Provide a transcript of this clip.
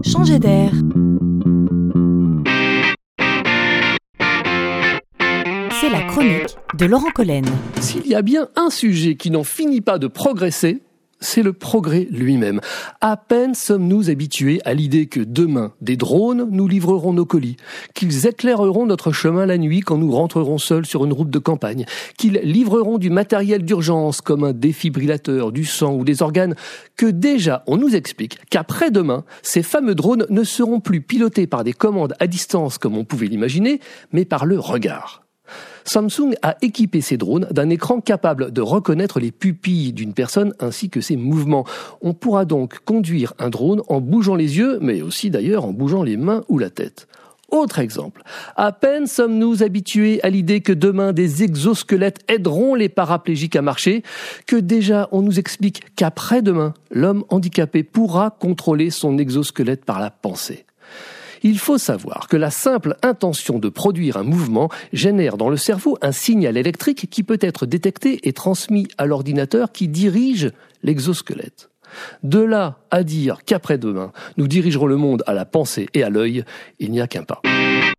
Changer d'air. C'est la chronique de Laurent Collen. S'il y a bien un sujet qui n'en finit pas de progresser, c'est le progrès lui-même. À peine sommes-nous habitués à l'idée que demain, des drones nous livreront nos colis, qu'ils éclaireront notre chemin la nuit quand nous rentrerons seuls sur une route de campagne, qu'ils livreront du matériel d'urgence comme un défibrillateur, du sang ou des organes, que déjà on nous explique qu'après-demain, ces fameux drones ne seront plus pilotés par des commandes à distance comme on pouvait l'imaginer, mais par le regard. Samsung a équipé ses drones d'un écran capable de reconnaître les pupilles d'une personne ainsi que ses mouvements. On pourra donc conduire un drone en bougeant les yeux, mais aussi d'ailleurs en bougeant les mains ou la tête. Autre exemple, à peine sommes-nous habitués à l'idée que demain des exosquelettes aideront les paraplégiques à marcher, que déjà on nous explique qu'après-demain, l'homme handicapé pourra contrôler son exosquelette par la pensée. Il faut savoir que la simple intention de produire un mouvement génère dans le cerveau un signal électrique qui peut être détecté et transmis à l'ordinateur qui dirige l'exosquelette. De là à dire qu'après-demain, nous dirigerons le monde à la pensée et à l'œil, il n'y a qu'un pas.